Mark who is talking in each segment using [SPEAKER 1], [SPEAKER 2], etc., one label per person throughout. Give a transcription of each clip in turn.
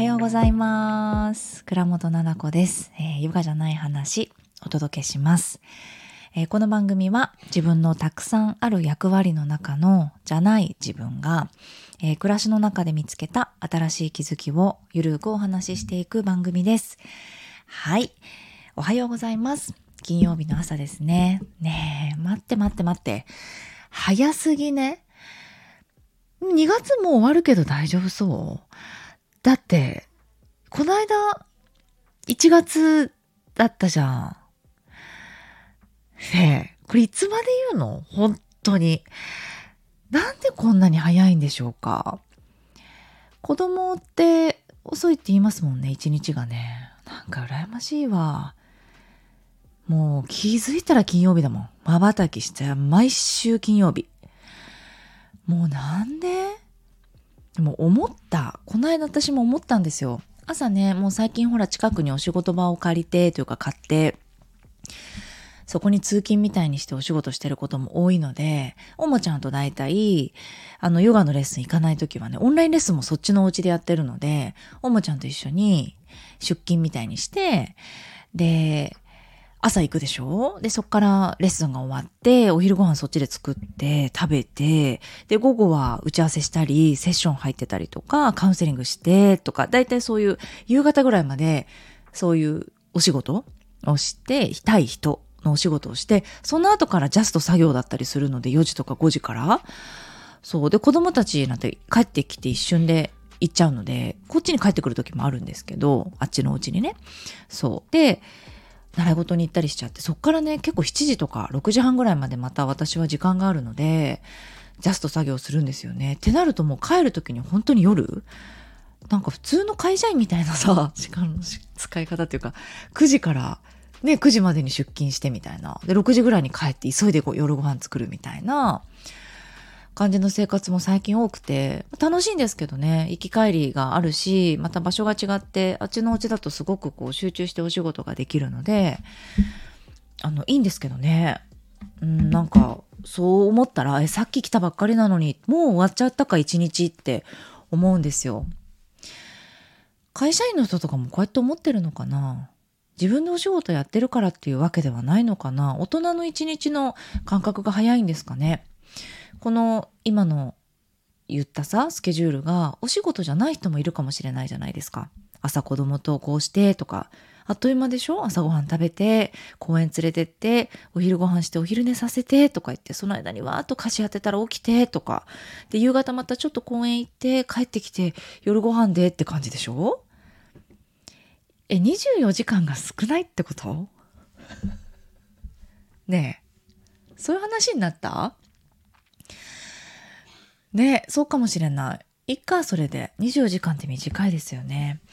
[SPEAKER 1] はようございます。倉本々子です。ヨガじゃない話お届けします。この番組は自分のたくさんある役割の中のじゃない自分が、暮らしの中で見つけた新しい気づきをゆるくお話ししていく番組です。はい。おはようございます。金曜日の朝ですね。ねえ、待って。早すぎね。2月も終わるけど大丈夫そう？だって、この間、1月だったじゃん。ねえ、これいつまで言うの？本当に。なんでこんなに早いんでしょうか。子供って遅いって言いますもんね、一日がね。なんか羨ましいわ。もう気づいたら金曜日だもん。瞬きして毎週金曜日。もうなんで？でもこの間私も思ったんですよ。朝ね、もう最近ほら近くにお仕事場を借りてというか買って、そこに通勤みたいにしてお仕事してることも多いので、おもちゃんと大体、ヨガのレッスン行かないときはね、オンラインレッスンもそっちのお家でやってるので、おもちゃんと一緒に出勤みたいにして、で、朝行くでしょ？で、そっからレッスンが終わって、お昼ご飯そっちで作って食べて、で、午後は打ち合わせしたり、セッション入ってたりとか、カウンセリングしてとか、だいたいそういう夕方ぐらいまで、そういうお仕事をして、たい人のお仕事をして、その後からジャスト作業だったりするので、4時とか5時から、そう。で、子供たちなんて帰ってきて一瞬で行っちゃうので、こっちに帰ってくる時もあるんですけど、あっちのお家にね。そう。で、習い事に行ったりしちゃって、そっからね、結構7時とか6時半ぐらいまでまた私は時間があるので、ジャスト作業するんですよね。ってなるともう帰る時に本当に夜なんか普通の会社員みたいなさ、時間の使い方っていうか、9時からね、9時までに出勤してみたいな。で、6時ぐらいに帰って急いで夜ご飯作るみたいな感じの生活も最近多くて、楽しいんですけどね、行き帰りがあるし、また場所が違って、あっちのお家だとすごくこう集中してお仕事ができるので、いいんですけどね。なんか、そう思ったら、さっき来たばっかりなのに、もう終わっちゃったか一日って思うんですよ。会社員の人とかもこうやって思ってるのかな？自分でお仕事やってるからっていうわけではないのかな？大人の一日の感覚が早いんですかね？この今の言ったさ、スケジュールがお仕事じゃない人もいるかもしれないじゃないですか。朝子供とこうしてとか、あっという間でしょ？朝ごはん食べて、公園連れてって、お昼ご飯してお昼寝させてとか言って、その間にわーっと家事やってたら起きてとか、で、夕方またちょっと公園行って帰ってきて夜ご飯でって感じでしょ？24時間が少ないってことねえ、そういう話になったねえ、そうかもしれない。いっか、それで。24時間って短いですよね。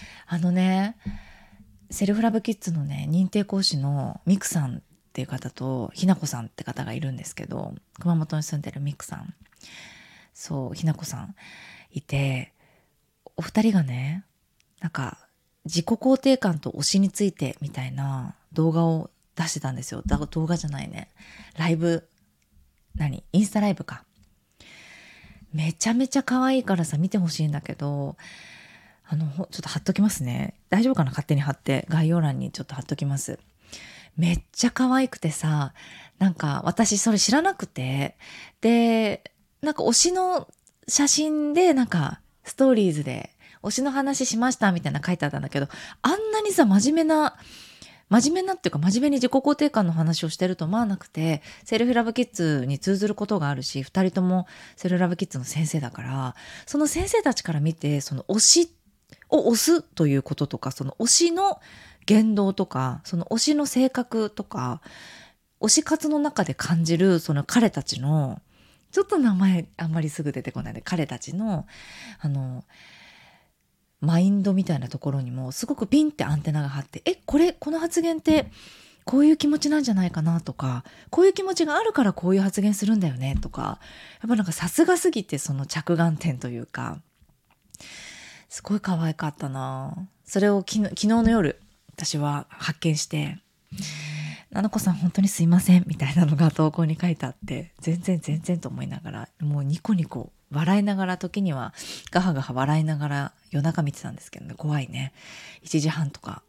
[SPEAKER 1] セルフラブキッズのね、認定講師のミクさんっていう方と、ひなこさんって方がいるんですけど、熊本に住んでるミクさん。そう、ひなこさんいて、お二人がね、なんか、自己肯定感と推しについてみたいな動画を出してたんですよ。動画じゃないね。ライブ、インスタライブか。めちゃめちゃ可愛いからさ、見てほしいんだけど、ちょっと貼っときますね。大丈夫かな？勝手に貼って、概要欄にちょっと貼っときます。めっちゃ可愛くてさ、なんか私それ知らなくて、で、なんか推しの写真で、なんかストーリーズで推しの話しましたみたいな書いてあったんだけど、あんなにさ、真面目なっていうか真面目に自己肯定感の話をしてると思わなくて、セルフラブキッズに通ずることがあるし、二人ともセルフラブキッズの先生だから、その先生たちから見て、その推しを推すということとか、その推しの言動とか、その推しの性格とか、推し活の中で感じるその彼たちの、ちょっと名前あんまりすぐ出てこないで、彼たちのマインドみたいなところにもすごくピンってアンテナが張って、この発言ってこういう気持ちなんじゃないかなとか、こういう気持ちがあるからこういう発言するんだよねとか、やっぱなんかさすがすぎて、その着眼点というか、すごい可愛かったな。それを昨日の夜私は発見して、ななこさん本当にすいませんみたいなのが投稿に書いてあって、全然と思いながら、もうニコニコ笑いながら、時にはガハガハ笑いながら夜中見てたんですけどね、怖いね。1時半とか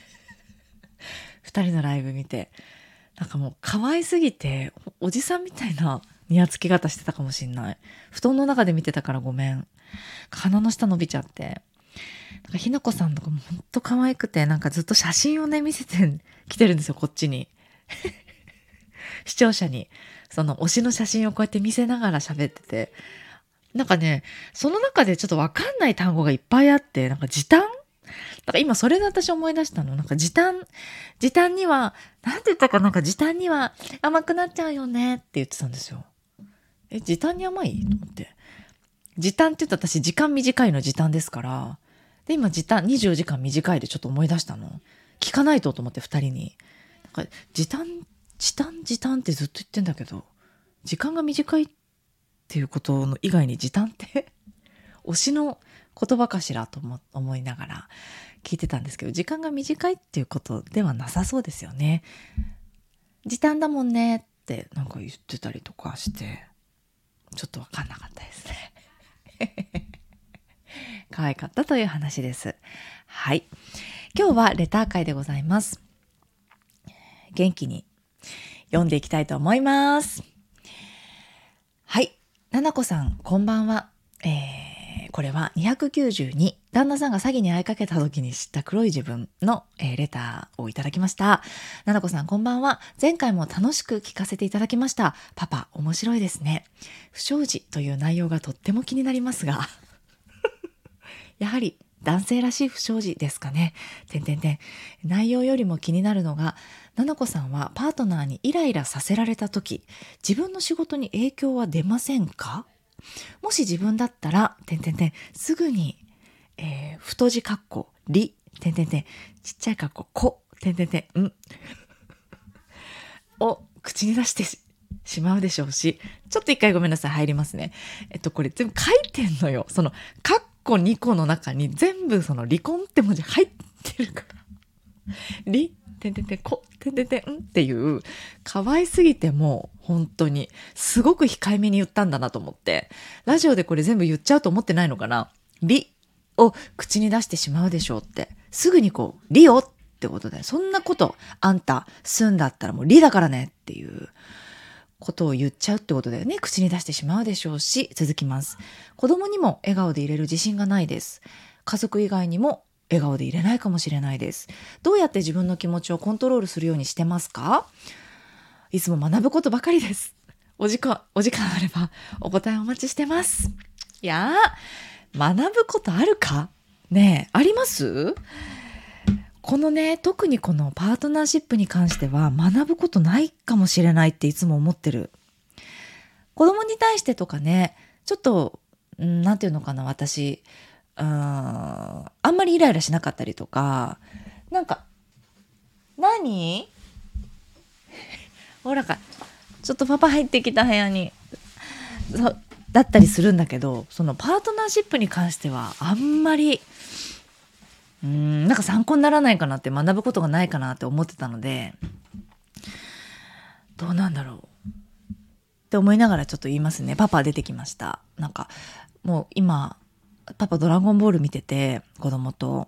[SPEAKER 1] 2人のライブ見て、なんかもう可愛すぎておじさんみたいなにやつき方してたかもしんない。布団の中で見てたからごめん。鼻の下伸びちゃって。なんかひなこさんとかもほんと可愛くて、なんかずっと写真をね見せてきてるんですよ、こっちに。視聴者にその推しの写真をこうやって見せながら喋ってて、なんかね、その中でちょっとわかんない単語がいっぱいあって、なんか時短、なんか今それで私思い出したの。なんか時短には、なんて言ったかなんか時短には甘くなっちゃうよねって言ってたんですよ。時短に甘いと思って。時短って言ったら私時間短いの時短ですから。で、今時短24時間短いでちょっと思い出したの。聞かないと思って2人に。なんか時短ってずっと言ってんだけど、時間が短いっていうことの以外に時短って推しの言葉かしらと思いながら聞いてたんですけど、時間が短いっていうことではなさそうですよね。時短だもんねってなんか言ってたりとかして、ちょっとわかんなかったですね。可愛かったという話です。はい。今日はレター会でございます。元気に読んでいきたいと思います。はい。ななこさん、こんばんは。これは292、旦那さんが詐欺に遭いかけた時に知った黒い自分の、レターをいただきました。ななこさんこんばんは。前回も楽しく聞かせていただきました。パパ面白いですね。不祥事という内容がとっても気になりますがやはり男性らしい不祥事ですかね。内容よりも気になるのが、ななこさんはパートナーにイライラさせられた時、自分の仕事に影響は出ませんか？もし自分だったら、すぐに、太字括弧、り、ちっちゃい括弧、こ、んを口に出してしまうでしょうし、ちょっと一回ごめんなさい、入りますね。これ全部書いてんのよ。その、括弧2個の中に全部その離婚って文字入ってるから。り、こ、んっていう、可愛すぎてもう本当にすごく控えめに言ったんだなと思って、ラジオでこれ全部言っちゃうと思ってないのかな。りを口に出してしまうでしょうって、すぐにこうりをってことで、そんなことあんたすんだったらもうりだからねっていうことを言っちゃうってことだよね。口に出してしまうでしょうし、続きます。子供にも笑顔でいれる自信がないです。家族以外にも笑顔でいれないかもしれないです。どうやって自分の気持ちをコントロールするようにしてますか？いつも学ぶことばかりです。お時間あればお答えお待ちしてます。いやー、学ぶことあるかねえ、あります？このね、特にこのパートナーシップに関しては学ぶことないかもしれないっていつも思ってる。子供に対してとかね、ちょっと、なんていうのかな、私、あんまりイライラしなかったりとか、なんか、何ほらか、ちょっとパパ入ってきた部屋に。だったりするんだけど、そのパートナーシップに関してはあんまり、なんか参考にならないかなって、学ぶことがないかなって思ってたので、どうなんだろうって思いながらちょっと言いますね。パパ出てきました。なんか、もう今、パパドラゴンボール見てて、子供と。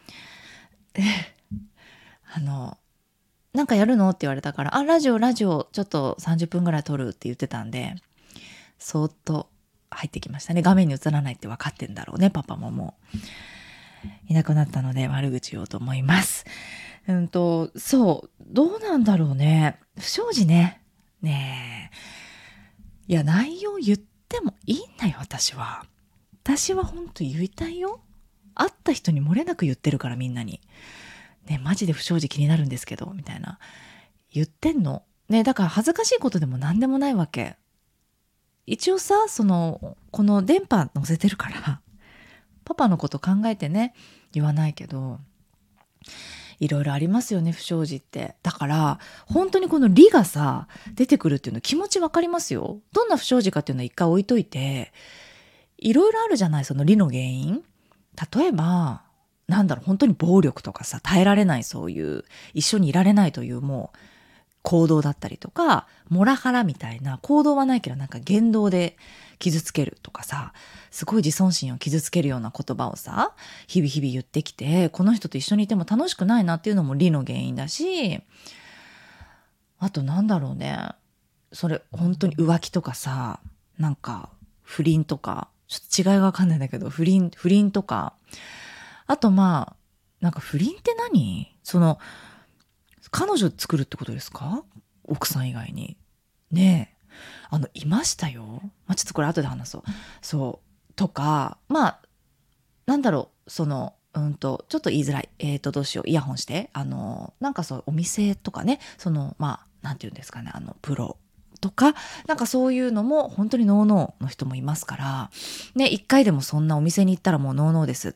[SPEAKER 1] なんかやるのって言われたから、ラジオ、ちょっと30分ぐらい撮るって言ってたんで、そーっと入ってきましたね。画面に映らないって分かってんだろうね、パパももう。いなくなったので悪口言おうと思います。そう、どうなんだろうね。不祥事ね。ねえ。いや、内容言ってもいいんだよ、私は。私は本当言いたいよ。会った人に漏れなく言ってるから、みんなに。ね、マジで不祥事気になるんですけど、みたいな。言ってんの。ね、だから恥ずかしいことでも何でもないわけ。一応さ、この電波載せてるから、パパのこと考えてね、言わないけど、いろいろありますよね、不祥事って。だから、本当にこの理がさ、出てくるっていうの気持ちわかりますよ。どんな不祥事かっていうのは一回置いといて、いろいろあるじゃない、その理の原因。例えば、本当に暴力とかさ、耐えられない、そういう、一緒にいられないという、もう、 行動だったりとか、モラハラみたいな行動はないけどなんか言動で傷つけるとかさ、すごい自尊心を傷つけるような言葉をさ、日々言ってきて、この人と一緒にいても楽しくないなっていうのも理の原因だし、あとなんだろうね、それ本当に浮気とかさ、なんか不倫とか、ちょっと違いがわかんないんだけど、不倫とか、あとなんか不倫って何？彼女作るってことですか？奥さん以外に。ねえ。いましたよ。ちょっとこれ後で話そう。そう。とか、なんだろう、ちょっと言いづらい。どうしよう。イヤホンして。なんかそう、お店とかね、なんていうんですかね、プロとか、なんかそういうのも本当にノーノーの人もいますから、ね、一回でもそんなお店に行ったらもうノーノーですって。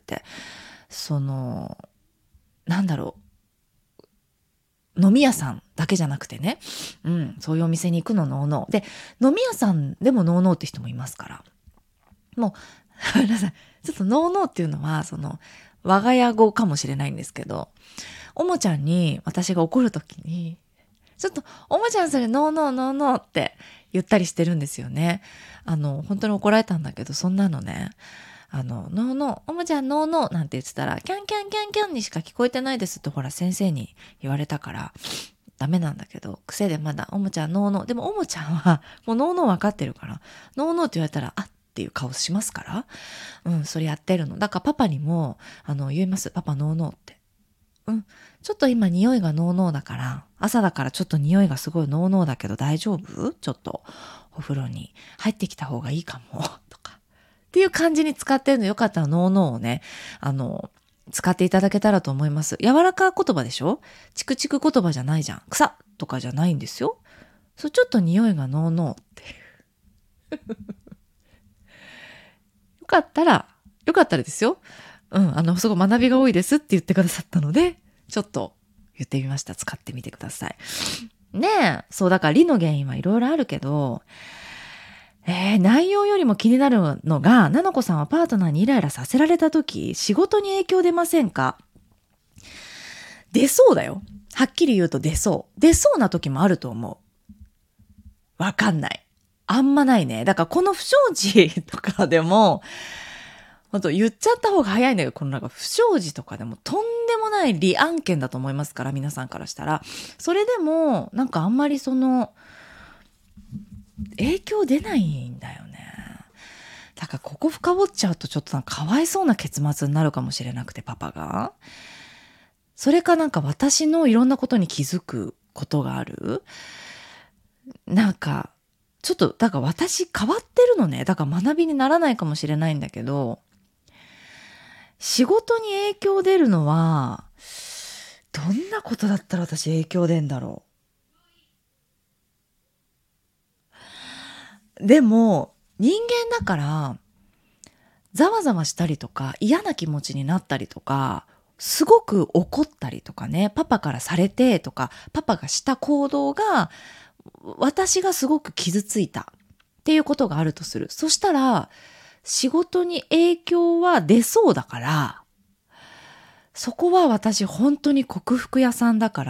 [SPEAKER 1] なんだろう。飲み屋さんだけじゃなくてね、そういうお店に行くのノーノー。で、飲み屋さんでもノーノーって人もいますから。もう、皆さん、ちょっとノーノーっていうのは、我が家語かもしれないんですけど、おもちゃんに私が怒るときに、ちょっと、おもちゃんそれノーノーノーノーって言ったりしてるんですよね。本当に怒られたんだけど、そんなのね、ノーノー、おもちゃんノーノーなんて言ってたら、キャンキャンキャンキャンにしか聞こえてないですってほら先生に言われたから、ダメなんだけど、癖でまだ、おもちゃんノーノー。でもおもちゃんは、もうノーノー分かってるから、ノーノーって言われたら、あっていう顔しますから、それやってるの。だからパパにも、言います。パパノーノーって。ちょっと今匂いがノーノーだから、朝だからちょっと匂いがすごいノーノーだけど大丈夫？ちょっとお風呂に入ってきた方がいいかも。とか。っていう感じに使ってるの。よかったらノーノーをね、使っていただけたらと思います。柔らか言葉でしょ？チクチク言葉じゃないじゃん。草とかじゃないんですよ。そう、ちょっと匂いがノーノーっていう。よかったらですよ。すごい学びが多いですって言ってくださったので、ちょっと言ってみました。使ってみてください。ねえ。そう、だから理の原因はいろいろあるけど、内容よりも気になるのが、なのこさんはパートナーにイライラさせられた時、仕事に影響出ませんか？出そうだよ。はっきり言うと出そう。出そうな時もあると思う。わかんない。あんまないね。だからこの不祥事とかでも、本当言っちゃった方が早いんだけど、このなんか不祥事とかでもとんでもない利案件だと思いますから、皆さんからしたら。それでも、なんかあんまり影響出ないんだよね。だからここ深掘っちゃうとちょっとなんかかわいそうな結末になるかもしれなくて、パパが。それかなんか私のいろんなことに気づくことがある。なんか、ちょっと、だから私変わってるのね。だから学びにならないかもしれないんだけど、仕事に影響出るのは、どんなことだったら私影響出んだろう。でも、人間だから、ざわざわしたりとか、嫌な気持ちになったりとか、すごく怒ったりとかね、パパからされてとか、パパがした行動が、私がすごく傷ついたっていうことがあるとする。そしたら、仕事に影響は出そうだから、そこは私本当に克服屋さんだから、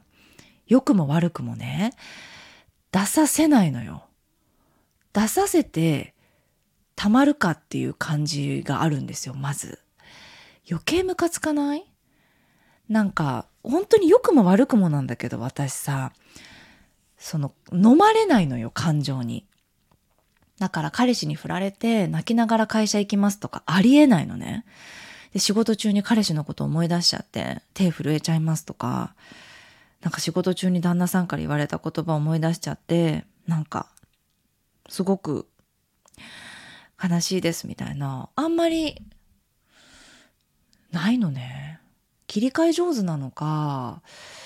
[SPEAKER 1] 良くも悪くもね、出させないのよ。出させてたまるかっていう感じがあるんですよ、まず。余計ムカつかない？なんか、本当に良くも悪くもなんだけど、私さ、飲まれないのよ、感情に。だから彼氏に振られて泣きながら会社行きますとかありえないのね。で、仕事中に彼氏のことを思い出しちゃって手震えちゃいますとか、なんか仕事中に旦那さんから言われた言葉を思い出しちゃって、なんか、すごく悲しいですみたいな、あんまりないのね。切り替え上手なのか、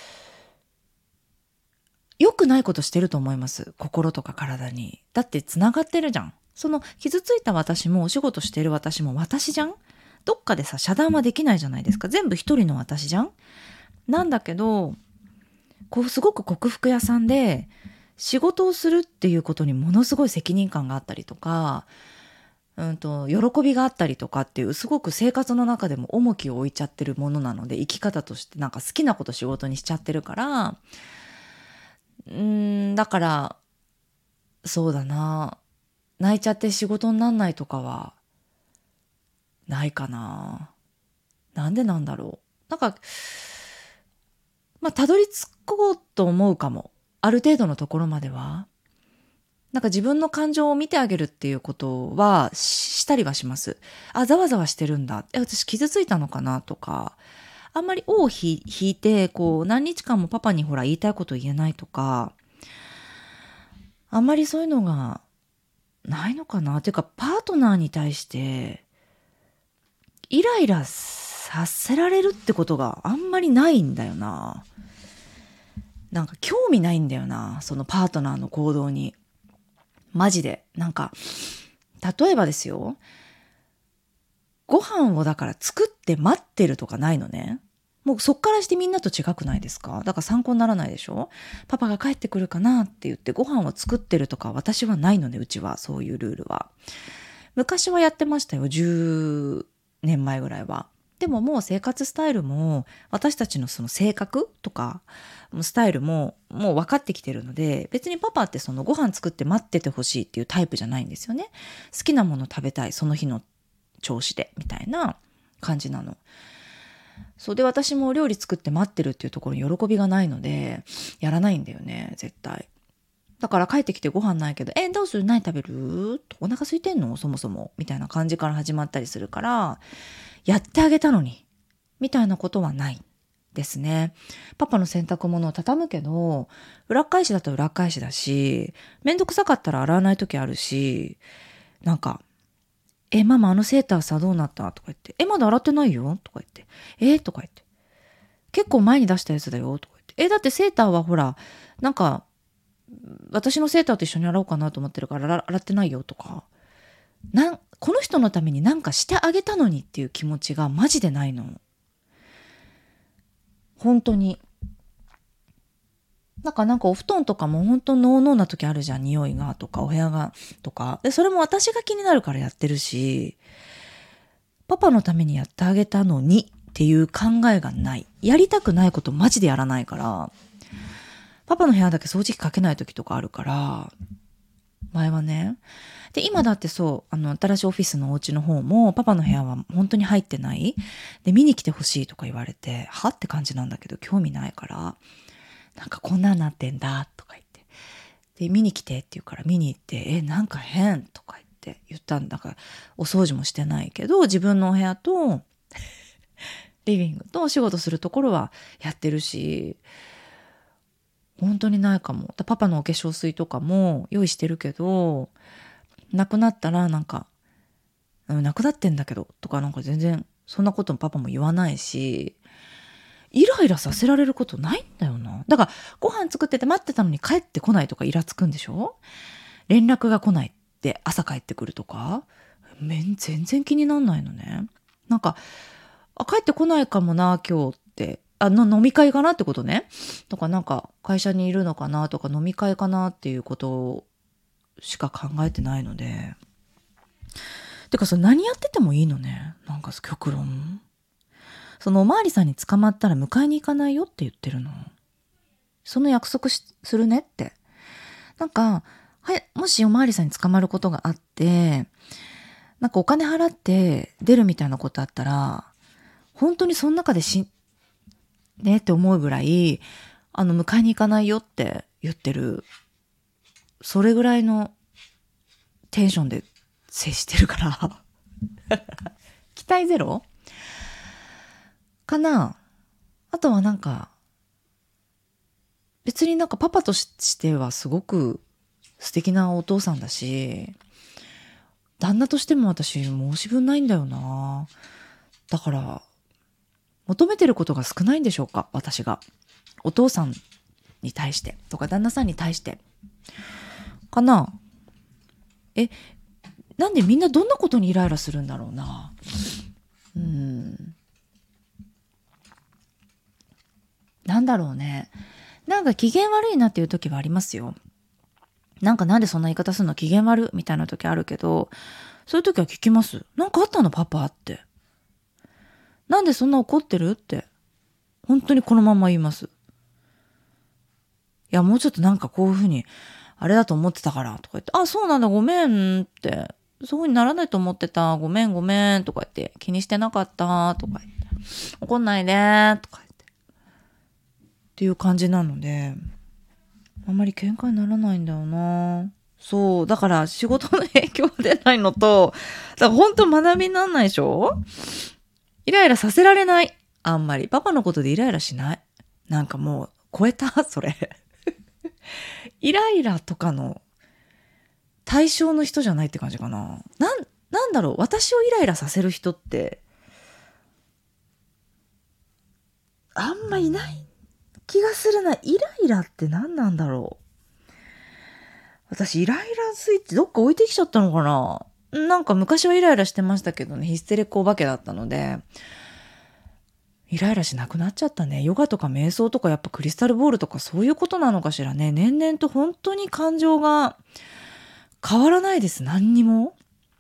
[SPEAKER 1] 良くないことしてると思います。心とか体に。だって繋がってるじゃん。傷ついた私もお仕事してる私も私じゃん。どっかでさ、遮断はできないじゃないですか。全部一人の私じゃん。なんだけど、すごく克服屋さんで、仕事をするっていうことにものすごい責任感があったりとか、喜びがあったりとかっていう、すごく生活の中でも重きを置いちゃってるものなので、生き方としてなんか好きなこと仕事にしちゃってるから、 だから、そうだな。泣いちゃって仕事になんないとかは、ないかな。なんでなんだろう。なんか、たどり着こうと思うかも。ある程度のところまでは。なんか自分の感情を見てあげるっていうことはしたりはします。あ、ざわざわしてるんだ。私傷ついたのかなとか。あんまり尾を引いて、何日間もパパにほら言いたいこと言えないとか、あんまりそういうのがないのかな。ていうか、パートナーに対して、イライラさせられるってことがあんまりないんだよな。なんか興味ないんだよな。そのパートナーの行動に。マジで。なんか、例えばですよ。ご飯をだから作って待ってるとかないのね。もうそっからしてみんなと違くないですか？だから参考にならないでしょ？パパが帰ってくるかなって言ってご飯を作ってるとか私はないのね、うちは。そういうルールは。昔はやってましたよ。10年前ぐらいは。でももう生活スタイルも私たちのその性格とかスタイルももう分かってきてるので、別にパパってそのご飯作って待っててほしいっていうタイプじゃないんですよね。好きなもの食べたい、その日の調子でみたいな感じなの。そうで、私も料理作って待ってるっていうところに喜びがないのでやらないんだよね、絶対。だから帰ってきてご飯ないけど、どうする？何食べる？お腹空いてんの？そもそもみたいな感じから始まったりするから、やってあげたのにみたいなことはないですね。パパの洗濯物を畳むけど、裏返しだったら裏返しだし、めんどくさかったら洗わない時あるし、なんか、ママセーターさどうなった？とか言って、まだ洗ってないよとか言って、とか言って、結構前に出したやつだよとか言って、だってセーターはほら、なんか、私のセーターと一緒に洗おうかなと思ってるから洗ってないよとか、この人のために何かしてあげたのにっていう気持ちがマジでないの。本当に。なんかお布団とかも本当ノーノーな時あるじゃん。匂いがとかお部屋がとか。で、それも私が気になるからやってるし、パパのためにやってあげたのにっていう考えがない。やりたくないことマジでやらないから、パパの部屋だけ掃除機かけない時とかあるから、前はね。で、今だってそう、新しいオフィスのお家の方も、パパの部屋は本当に入ってない。で、見に来てほしいとか言われて、はって感じなんだけど、興味ないから、なんかこんなんなってんだ、とか言って。で、見に来てって言うから見に行って、なんか変とか言ったんだから、お掃除もしてないけど、自分のお部屋と、リビングとお仕事するところはやってるし、本当にないかも。パパのお化粧水とかも用意してるけど、なくなったらなんか、なくなってんだけどとかなんか全然そんなこともパパも言わないし、イライラさせられることないんだよな。だからご飯作ってて待ってたのに帰ってこないとかイラつくんでしょ？連絡が来ないって朝帰ってくるとか、全然気になんないのね。なんか、帰ってこないかもな今日って。飲み会かなってことね。とかなんか会社にいるのかなとか飲み会かなっていうことしか考えてないので。てか何やっててもいいのね。なんか極論。そのおまわりさんに捕まったら迎えに行かないよって言ってるの。その約束するねって。なんか、もしおまわりさんに捕まることがあって、なんかお金払って出るみたいなことあったら、本当にその中でねって思うぐらい、迎えに行かないよって言ってる。それぐらいのテンションで接してるから。期待ゼロかな。あとはなんか、別になんかパパとしてはすごく素敵なお父さんだし、旦那としても私申し分ないんだよな。だから、求めてることが少ないんでしょうか、私が。お父さんに対してとか旦那さんに対して。かな。なんでみんなどんなことにイライラするんだろうな。なんだろうね。なんか機嫌悪いなっていう時はありますよ。なんでそんな言い方するの？機嫌悪みたいな時あるけど、そういう時は聞きます。なんかあったのパパって。なんでそんな怒ってるって。本当にこのまま言います。 や、もうちょっとなんかこういうふうに、あれだと思ってたから、とか言って、あ、そうなんだ、ごめんって、そういう風にならないと思ってた、ごめんごめん、とか言って、気にしてなかった、とか言って、怒んないで、とか言って、っていう感じなので、あんまり喧嘩にならないんだよな。そう。だから仕事の影響が出ないのと、だから本当学びにならないでしょ。イライラさせられない。あんまり。パパのことでイライラしない。なんかもう、超えたそれ。イライラとかの対象の人じゃないって感じかな。なんだろう。私をイライラさせる人って、あんまいない気がするな。イライラって何なんだろう。私イライラスイッチどっか置いてきちゃったのかな。なんか昔はイライラしてましたけどね、ヒステレックお化けだったので、イライラしなくなっちゃったね。ヨガとか瞑想とかやっぱクリスタルボールとかそういうことなのかしらね。年々と本当に感情が変わらないです。何にも。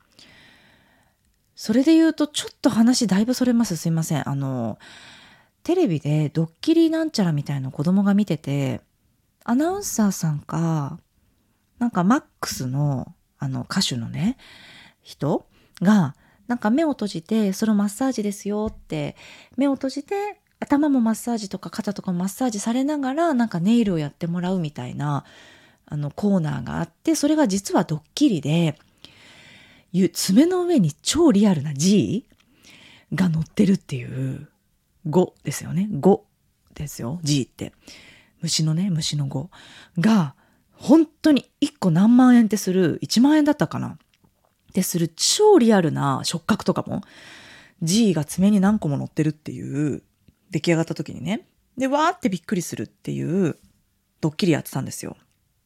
[SPEAKER 1] それで言うとちょっと話だいぶそれます。すいません。テレビでドッキリなんちゃらみたいな子供が見てて、アナウンサーさんか、なんかマックスの歌手のね、人が、なんか目を閉じて、そのマッサージですよって、目を閉じて、頭もマッサージとか肩とかマッサージされながら、なんかネイルをやってもらうみたいな、コーナーがあって、それが実はドッキリで、爪の上に超リアルな G が乗ってるっていう語ですよね。語ですよ。G って。虫の語が、本当に1個何万円ってする、1万円だったかなってする超リアルな触覚とかも G が爪に何個も乗ってるっていう出来上がった時にね。で、わーってびっくりするっていうドッキリやってたんですよ。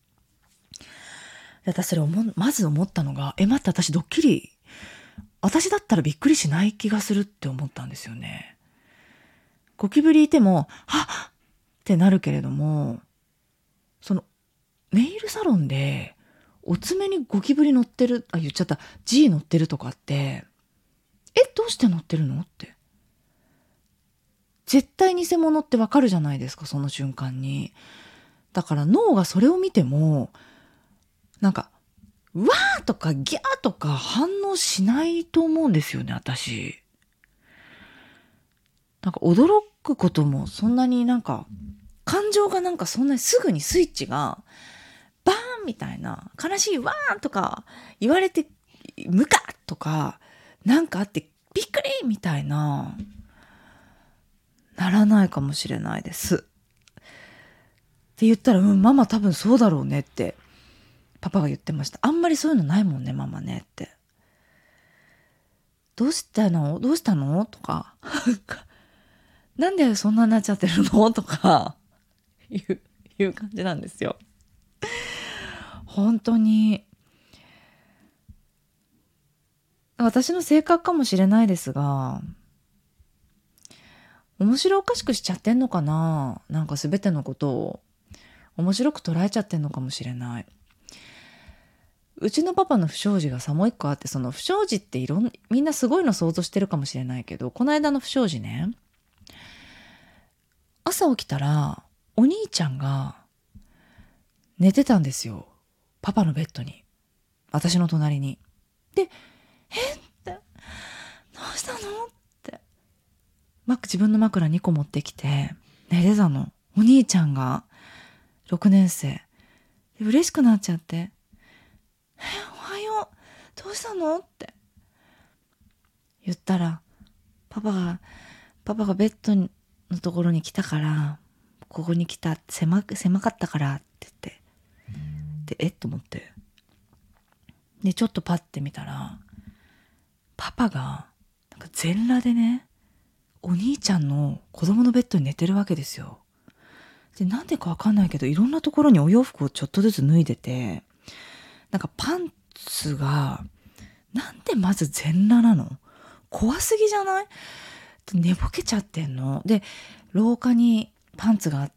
[SPEAKER 1] で私それまず思ったのが、待って私ドッキリ、私だったらびっくりしない気がするって思ったんですよね。ゴキブリいても、はっってなるけれども、そのネイルサロンでお爪にゴキブリ乗ってる、言っちゃった、G 乗ってるとかって、どうして乗ってるのって。絶対偽物ってわかるじゃないですか、その瞬間に。だから脳がそれを見ても、なんか、わーとかギャーとか反応しないと思うんですよね、私。なんか驚くこともそんなになんか、感情がなんかそんなにすぐにスイッチが、バーンみたいな、悲しいわーとか言われて、ムカッとか、なんかあってびっくりみたいな、ならないかもしれないです。って言ったら、ママ多分そうだろうねってパパが言ってました。あんまりそういうのないもんね、ママねって。どうしたのとか、なんでそんなになっちゃってるのとかいう感じなんですよ。本当に。私の性格かもしれないですが、面白おかしくしちゃってんのかな。なんか全てのことを面白く捉えちゃってんのかもしれない。うちのパパの不祥事がさ、もう一個あって、その不祥事ってみんなすごいの想像してるかもしれないけど、この間の不祥事ね、朝起きたらお兄ちゃんが寝てたんですよ。パパのベッドに。私の隣に。で、って、どうしたのって。自分の枕2個持ってきて、寝てたの。お兄ちゃんが6年生。嬉しくなっちゃって。おはよう。どうしたのって言ったら、パパがベッドのところに来たから、ここに来た、狭かったからって言って。で、と思って。で、ちょっとパッて見たら、パパが、なんか全裸でね、お兄ちゃんの子供のベッドに寝てるわけですよ。で、なんでかわかんないけど、いろんなところにお洋服をちょっとずつ脱いでて、なんかパンツが、なんでまず全裸なの？怖すぎじゃない？寝ぼけちゃってんの。で、廊下にパンツがあって、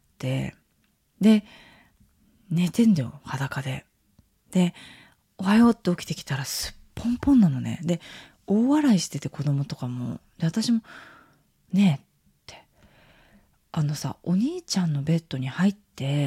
[SPEAKER 1] で、寝てんだよ、裸で。で、おはようって起きてきたらすっぽんぽんなのね。で、大笑いしてて子供とかも。で、私も、ねえって。お兄ちゃんのベッドに入って、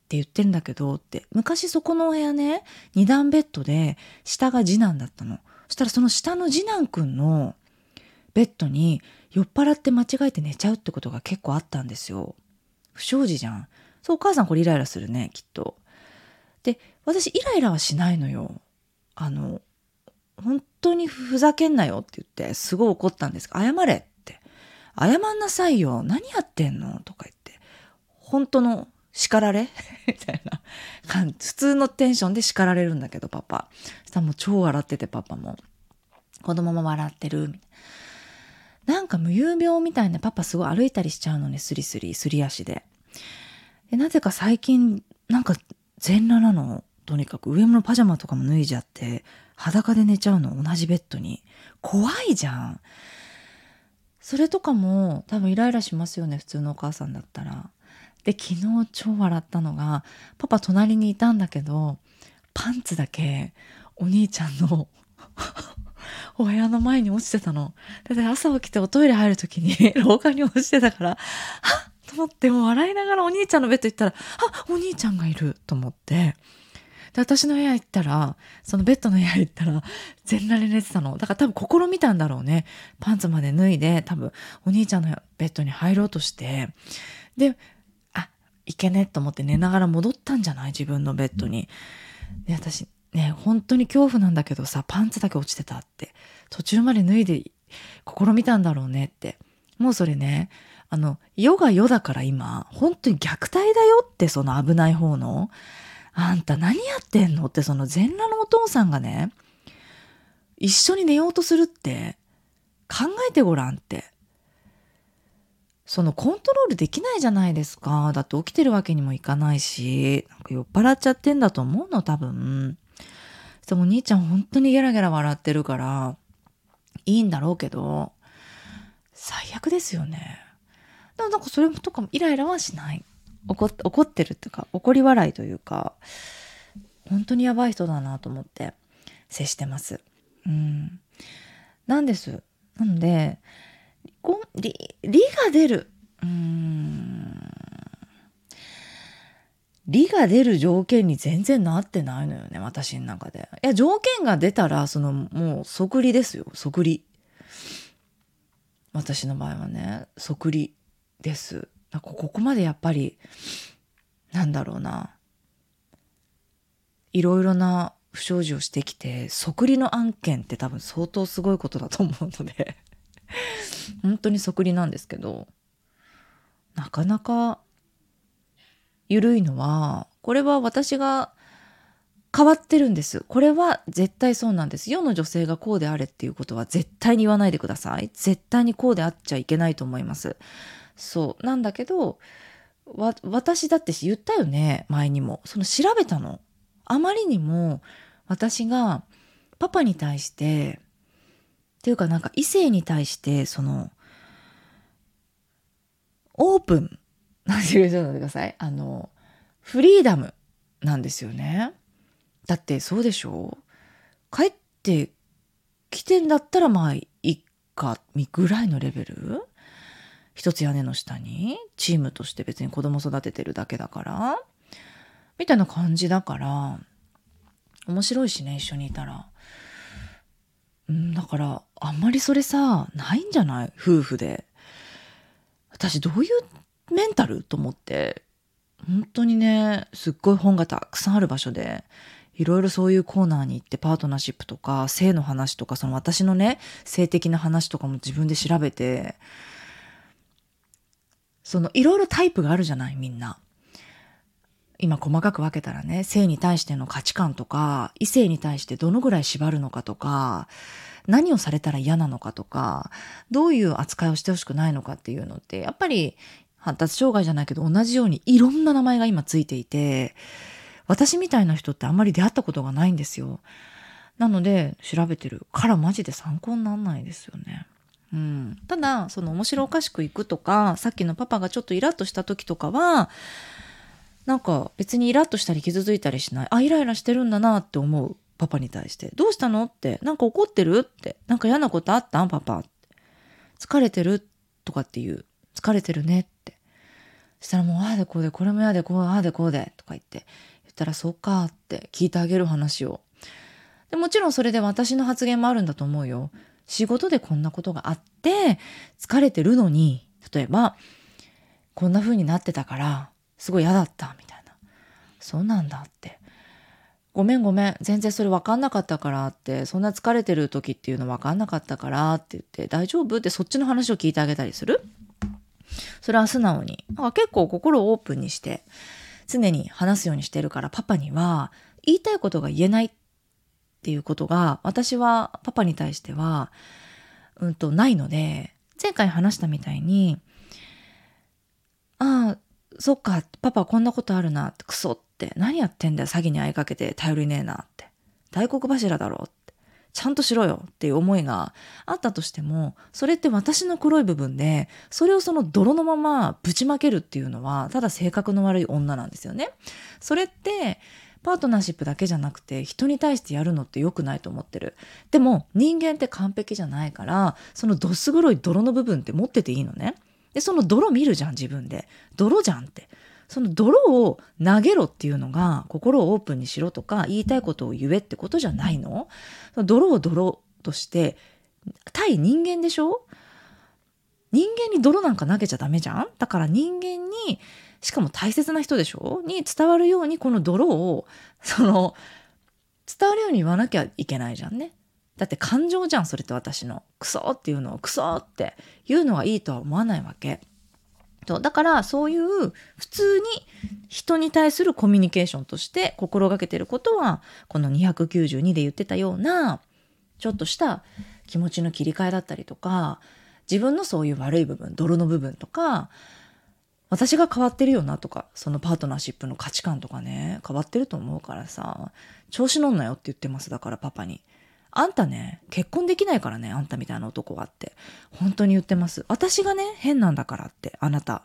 [SPEAKER 1] 言ってるんだけどって、昔そこのお部屋ね、二段ベッドで下が次男だったの。そしたらその下の次男くんのベッドに酔っ払って間違えて寝ちゃうってことが結構あったんですよ。不祥事じゃん。そう、お母さんこれイライラするね、きっと。で、私イライラはしないのよ。本当にふざけんなよって言ってすごい怒ったんです。謝れって。謝んなさいよ。何やってんのとか言って。本当の叱られみたいな感じ。普通のテンションで叱られるんだけど、パパ。そしたらもう超笑ってて、パパも。子供も笑ってる。みたいな。なんか無遊病みたいな、パパすごい歩いたりしちゃうのね、スリスリ、すり足で。で、なぜか最近、なんか全裸なの。とにかく上のパジャマとかも脱いじゃって、裸で寝ちゃうの、同じベッドに。怖いじゃん。それとかも多分イライラしますよね、普通のお母さんだったら。で、昨日超笑ったのが、パパ隣にいたんだけど、パンツだけお兄ちゃんのお部屋の前に落ちてたの。だって朝起きておトイレ入るときに廊下に落ちてたから、はっと思って、もう笑いながらお兄ちゃんのベッド行ったら、あ、お兄ちゃんがいると思って、で、私の部屋行ったら、そのベッドの部屋行ったら、全裸で寝てたの。だから多分試みたんだろうね。パンツまで脱いで、多分お兄ちゃんのベッドに入ろうとして、で、あ、いけねと思って寝ながら戻ったんじゃない？自分のベッドに。で、私、ね、本当に恐怖なんだけどさ、パンツだけ落ちてたって。途中まで脱いで試みたんだろうねって。もうそれね、世が世だから今、本当に虐待だよって、その危ない方の。あんた何やってんのって、その全裸のお父さんがね、一緒に寝ようとするって考えてごらんって。そのコントロールできないじゃないですか。だって起きてるわけにもいかないし、なんか酔っ払っちゃってんだと思うの、多分。でもお兄ちゃん本当にゲラゲラ笑ってるから、いいんだろうけど、最悪ですよね。でもなんかそれとかもイライラはしない。怒ってるっていうか、怒り笑いというか、本当にやばい人だなと思って接してます。なんです。なので、理が出る。理が出る条件に全然なってないのよね、私の中で。いや、条件が出たら、もう即利ですよ、即利。私の場合はね、即利です。ここまでやっぱり、なんだろうな。いろいろな不祥事をしてきて、即利の案件って多分相当すごいことだと思うので、本当に即利なんですけど、なかなか緩いのは、これは私が変わってるんです。これは絶対そうなんです。世の女性がこうであれっていうことは絶対に言わないでください。絶対にこうであっちゃいけないと思います。そうなんだけど、私だって言ったよね、前にも。調べたの。あまりにも私がパパに対してっていうか、なんか異性に対してオープンなんて言うのください。フリーダムなんですよね。だってそうでしょ？帰ってきてんだったらまあいいかぐらいのレベル？一つ屋根の下にチームとして別に子供育ててるだけだからみたいな感じだから、面白いしね、一緒にいたら。だからあんまりそれさないんじゃない？夫婦で。私どういうメンタルと思って、本当にね、すっごい本がたくさんある場所でいろいろそういうコーナーに行って、パートナーシップとか性の話とか、私のね性的な話とかも自分で調べて、いろいろタイプがあるじゃない、みんな。今細かく分けたらね、性に対しての価値観とか、異性に対してどのぐらい縛るのかとか、何をされたら嫌なのかとか、どういう扱いをしてほしくないのかっていうのって、やっぱり発達障害じゃないけど同じようにいろんな名前が今ついていて、私みたいな人ってあんまり出会ったことがないんですよ。なので調べてるからマジで参考にならないですよね。ただ面白おかしくいくとか、さっきのパパがちょっとイラッとした時とかは、なんか別にイラッとしたり傷ついたりしない。あ、イライラしてるんだなって思う。パパに対して。どうしたのって。なんか怒ってるって。なんか嫌なことあったんパパ。疲れてるとかっていう。疲れてるねって。 したらもうああでこうで、これもやでこう、ああでこうでとか言ったら、そうかって聞いてあげる話を。でもちろんそれで私の発言もあるんだと思うよ。仕事でこんなことがあって疲れてるのに、例えばこんな風になってたからすごい嫌だったみたいな。そうなんだって。ごめんごめん、全然それ分かんなかったからって、そんな疲れてる時っていうの分かんなかったからって言って、大丈夫ってそっちの話を聞いてあげたりする。それは素直に。結構心をオープンにして常に話すようにしてるから、パパには言いたいことが言えないっていうことが、私はパパに対してはないので、前回話したみたいに、ああそっか、パパこんなことあるなって、クソって何やってんだよ、詐欺に遭いかけて頼りねえなって、大黒柱だろって、ちゃんとしろよっていう思いがあったとしても、それって私の黒い部分で、それをその泥のままぶちまけるっていうのはただ性格の悪い女なんですよね。それってパートナーシップだけじゃなくて人に対してやるのって良くないと思ってる。でも人間って完璧じゃないから、そのどす黒い泥の部分って持ってていいのね。でその泥見るじゃん、自分で。泥じゃんって。その泥を投げろっていうのが、心をオープンにしろとか言いたいことを言えってことじゃないの。泥を泥として対人間でしょ。人間に泥なんか投げちゃダメじゃん。だから人間に、しかも大切な人でしょに伝わるように、この泥を伝わるように言わなきゃいけないじゃんね。だって感情じゃん、それって。私のクソっていうのをクソって言うのはいいとは思わないわけ。だからそういう普通に人に対するコミュニケーションとして心がけてることは、この292で言ってたようなちょっとした気持ちの切り替えだったりとか、自分のそういう悪い部分、泥の部分とか、私が変わってるよなとか、そのパートナーシップの価値観とかね、変わってると思うからさ、調子乗んなよって言ってます。だからパパに。あんたね、結婚できないからね、あんたみたいな男はって。本当に言ってます。私がね、変なんだからって、あなた。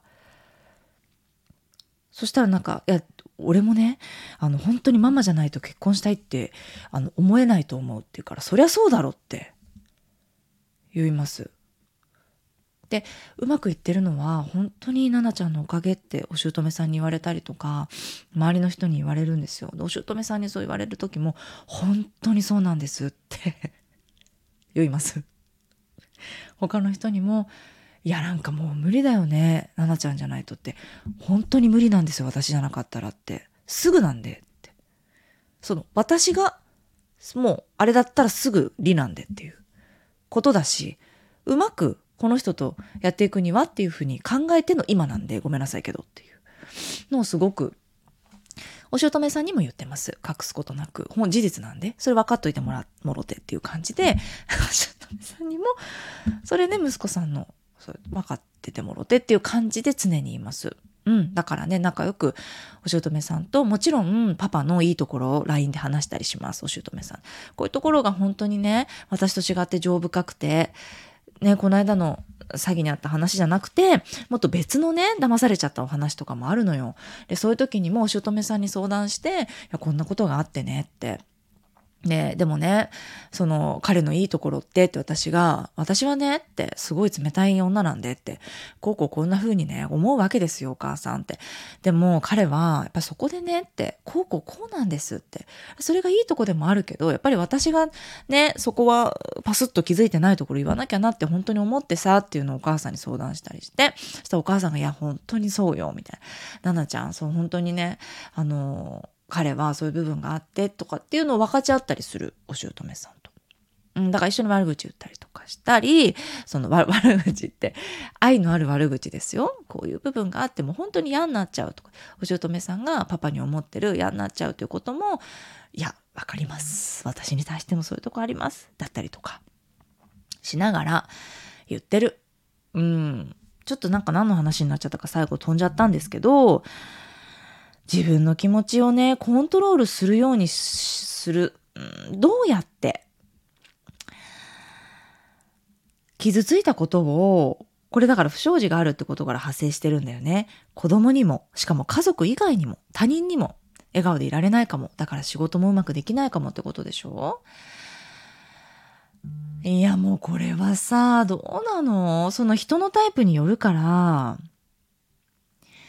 [SPEAKER 1] そしたらなんか、いや、俺もね、本当にママじゃないと結婚したいって、思えないと思うって言うから、そりゃそうだろって言います。で、うまくいってるのは本当に奈々ちゃんのおかげってお姑さんに言われたりとか、周りの人に言われるんですよ。お姑さんにそう言われる時も、本当にそうなんですって言います。他の人にも、いやなんかもう無理だよね、奈々ちゃんじゃないとって、本当に無理なんですよ、私じゃなかったらって、すぐなんでって、私がもうあれだったらすぐ理なんでっていうことだし、うまくこの人とやっていくにはっていうふうに考えての今なんで、ごめんなさいけどっていうのをすごくお姑さんにも言ってます。隠すことなく、事実なんでそれ分かっといてもろてっていう感じで、お姑さんにもそれね、息子さんのそれ分かっててもろてっていう感じで常に言います。だからね、仲良くお姑さんと、もちろんパパのいいところを LINE で話したりします。お姑さん、こういうところが本当にね、私と違って情深くてね、この間の詐欺にあった話じゃなくて、もっと別のね、騙されちゃったお話とかもあるのよ。で、そういう時にもお姑さんに相談して、いや、こんなことがあってねって。ね、でもね、彼のいいところって私はねって、すごい冷たい女なんでって、こんな風にね、思うわけですよ、お母さんって。でも彼は、やっぱそこでねって、こうなんですって。それがいいとこでもあるけど、やっぱり私がね、そこはパスッと気づいてないところ言わなきゃなって本当に思ってさっていうのをお母さんに相談したりして、そしたらお母さんが、いや、本当にそうよ、みたいな。奈々ちゃん、そう、本当にね、彼はそういう部分があってとかっていうのを分かち合ったりする、お姑さんと。だから一緒に悪口言ったりとかしたり、悪口って愛のある悪口ですよ。こういう部分があっても本当に嫌になっちゃうとか、お姑さんがパパに思ってる嫌になっちゃうということも、いや、わかります。私に対してもそういうとこあります。だったりとかしながら言ってる。ちょっとなんか何の話になっちゃったか最後飛んじゃったんですけど、自分の気持ちをね、コントロールするようにする。どうやって傷ついたことを、これだから不祥事があるってことから派生してるんだよね。子供にも、しかも家族以外にも、他人にも笑顔でいられないかも。だから仕事もうまくできないかもってことでしょ。いやもうこれはさ、どうなの？その人のタイプによるから、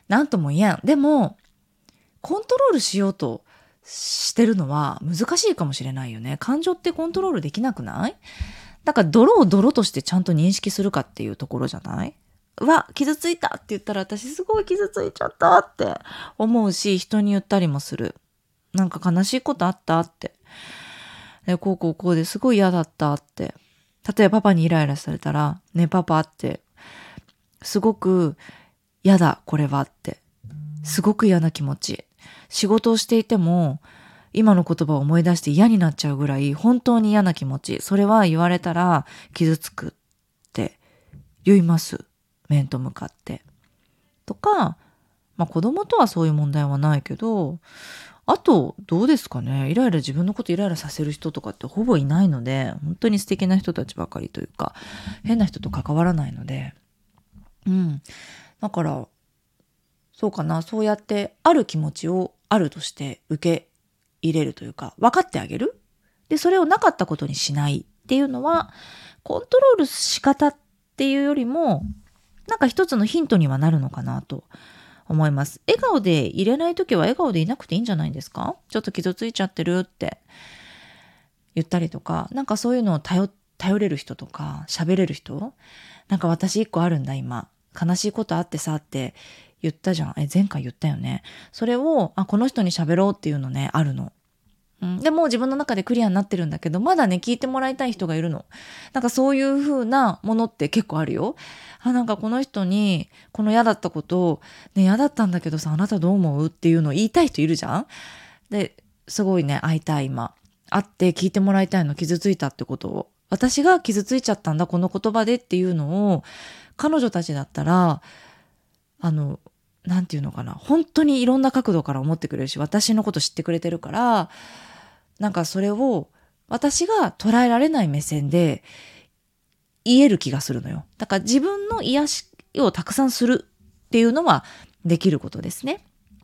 [SPEAKER 1] なんとも言えん。でもコントロールしようとしてるのは難しいかもしれないよね。感情ってコントロールできなくない？だから泥を泥としてちゃんと認識するかっていうところじゃない？傷ついたって言ったら私すごい傷ついちゃったって思うし、人に言ったりもする。なんか悲しいことあったって。こうこうこうですごい嫌だったって。例えばパパにイライラされたら、ねパパって、すごく嫌だこれはって。すごく嫌な気持ち。仕事をしていても、今の言葉を思い出して嫌になっちゃうぐらい本当に嫌な気持ち。それは言われたら傷つくって言います。面と向かって。とか、子供とはそういう問題はないけど、あとどうですかね。自分のことイライラさせる人とかってほぼいないので、本当に素敵な人たちばかりというか、変な人と関わらないので、だからそうかな。そうやってある気持ちをあるとして受け入れるというか、分かってあげる。で、それをなかったことにしないっていうのは、コントロール仕方っていうよりも、なんか一つのヒントにはなるのかなと思います。笑顔でいれないときは笑顔でいなくていいんじゃないですか？ちょっと傷ついちゃってるって言ったりとか、なんかそういうのを頼れる人とか、喋れる人、なんか私一個あるんだ今。悲しいことあってさって言ったじゃん。前回言ったよね。それを、この人に喋ろうっていうのね、あるの。でも自分の中でクリアになってるんだけど、まだね、聞いてもらいたい人がいるの。なんかそういう風なものって結構あるよ。なんかこの人に、この嫌だったことを、ね、嫌だったんだけどさ、あなたどう思うっていうのを言いたい人いるじゃん。で、すごいね、会いたい今。会って聞いてもらいたいの、傷ついたってことを。私が傷ついちゃったんだ、この言葉でっていうのを、彼女たちだったら、なんていうのかな。本当にいろんな角度から思ってくれるし、私のこと知ってくれてるから、なんかそれを私が捉えられない目線で言える気がするのよ。だから自分の癒しをたくさんするっていうのはできることですね。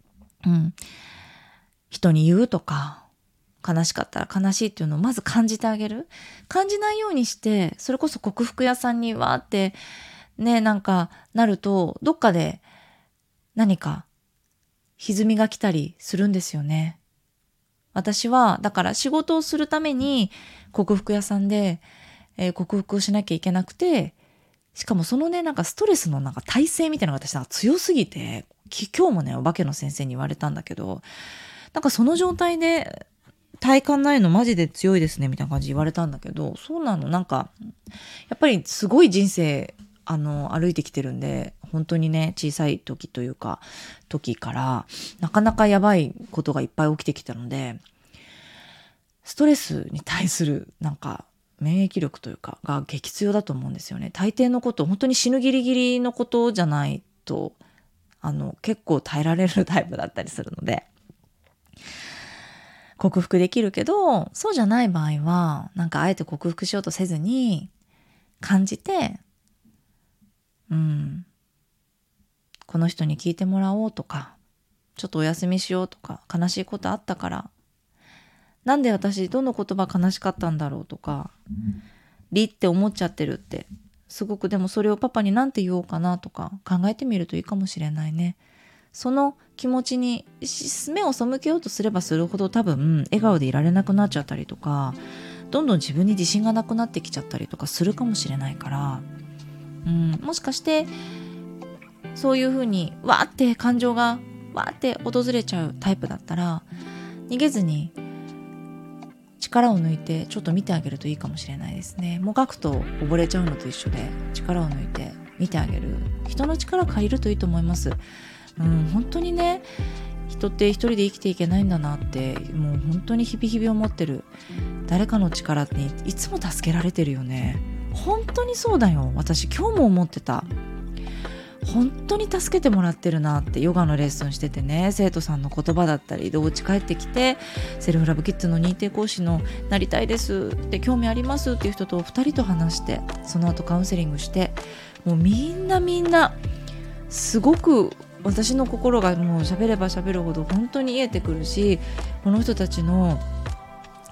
[SPEAKER 1] 人に言うとか、悲しかったら悲しいっていうのをまず感じてあげる。感じないようにして、それこそ克服屋さんにわーってね、なんかなると、どっかで何か歪みが来たりするんですよね。私はだから仕事をするために克服屋さんで、克服をしなきゃいけなくて、しかもそのね、なんかストレスのなんか耐性みたいなのが私は強すぎて、今日もねお化けの先生に言われたんだけど、なんかその状態で体感ないのマジで強いですねみたいな感じ言われたんだけど、そうなの。なんかやっぱりすごい人生歩いてきてるんで、本当にね、小さい時というか、時から、なかなかやばいことがいっぱい起きてきたので、ストレスに対する、なんか、免疫力というか、が激強だと思うんですよね。大抵のこと、本当に死ぬギリギリのことじゃないと、結構耐えられるタイプだったりするので、克服できるけど、そうじゃない場合は、なんかあえて克服しようとせずに、感じて、この人に聞いてもらおうとか、ちょっとお休みしようとか、悲しいことあったから、なんで私どの言葉悲しかったんだろうとか、りって思っちゃってるって、すごくでもそれをパパになんて言おうかなとか考えてみるといいかもしれないね。その気持ちに目を背けようとすればするほど多分笑顔でいられなくなっちゃったりとか、どんどん自分に自信がなくなってきちゃったりとかするかもしれないから、もしかしてそういうふうにわーって感情がわーって訪れちゃうタイプだったら、逃げずに力を抜いてちょっと見てあげるといいかもしれないですね。もがくと溺れちゃうのと一緒で、力を抜いて見てあげる。人の力借りるといいと思います。本当にね、人って一人で生きていけないんだなって、もう本当に日々日々思ってる。誰かの力にいつも助けられてるよね。本当にそうだよ。私今日も思ってた。本当に助けてもらってるなって、ヨガのレッスンしててね、生徒さんの言葉だったりでお家帰ってきて、セルフラブキッズの認定講師のなりたいですって興味ありますっていう人と2人と話して、その後カウンセリングして、もうみんなすごく私の心がもう喋れば喋るほど本当に癒えてくるし、この人たちの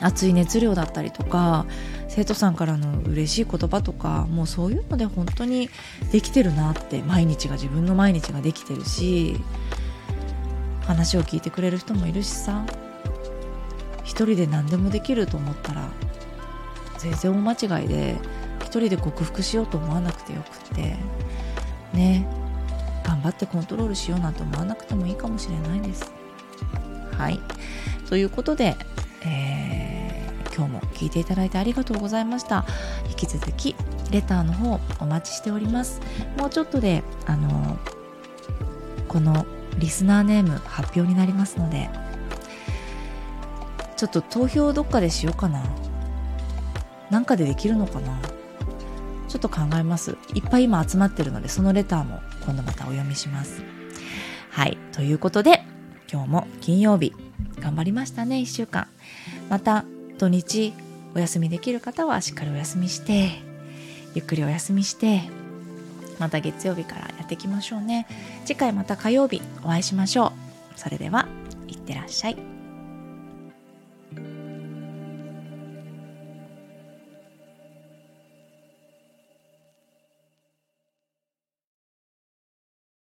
[SPEAKER 1] 熱い熱量だったりとか、生徒さんからの嬉しい言葉とか、もうそういうので本当にできてるなって、自分の毎日ができてるし、話を聞いてくれる人もいるしさ、一人で何でもできると思ったら全然大間違いで、一人で克服しようと思わなくてよくってね、頑張ってコントロールしようなんて思わなくてもいいかもしれないです。はい、ということで、今日も聞いていただいてありがとうございました。引き続きレターの方お待ちしております。もうちょっとでこのリスナーネーム発表になりますので、ちょっと投票どっかでしようかな。なんかでできるのかな。ちょっと考えます。いっぱい今集まってるので、そのレターも今度またお読みします。はい、ということで今日も金曜日頑張りましたね。1週間また土日お休みできる方はしっかりお休みして、ゆっくりお休みして、また月曜日からやっていきましょうね。次回また火曜日お会いしましょう。それではいってらっしゃい。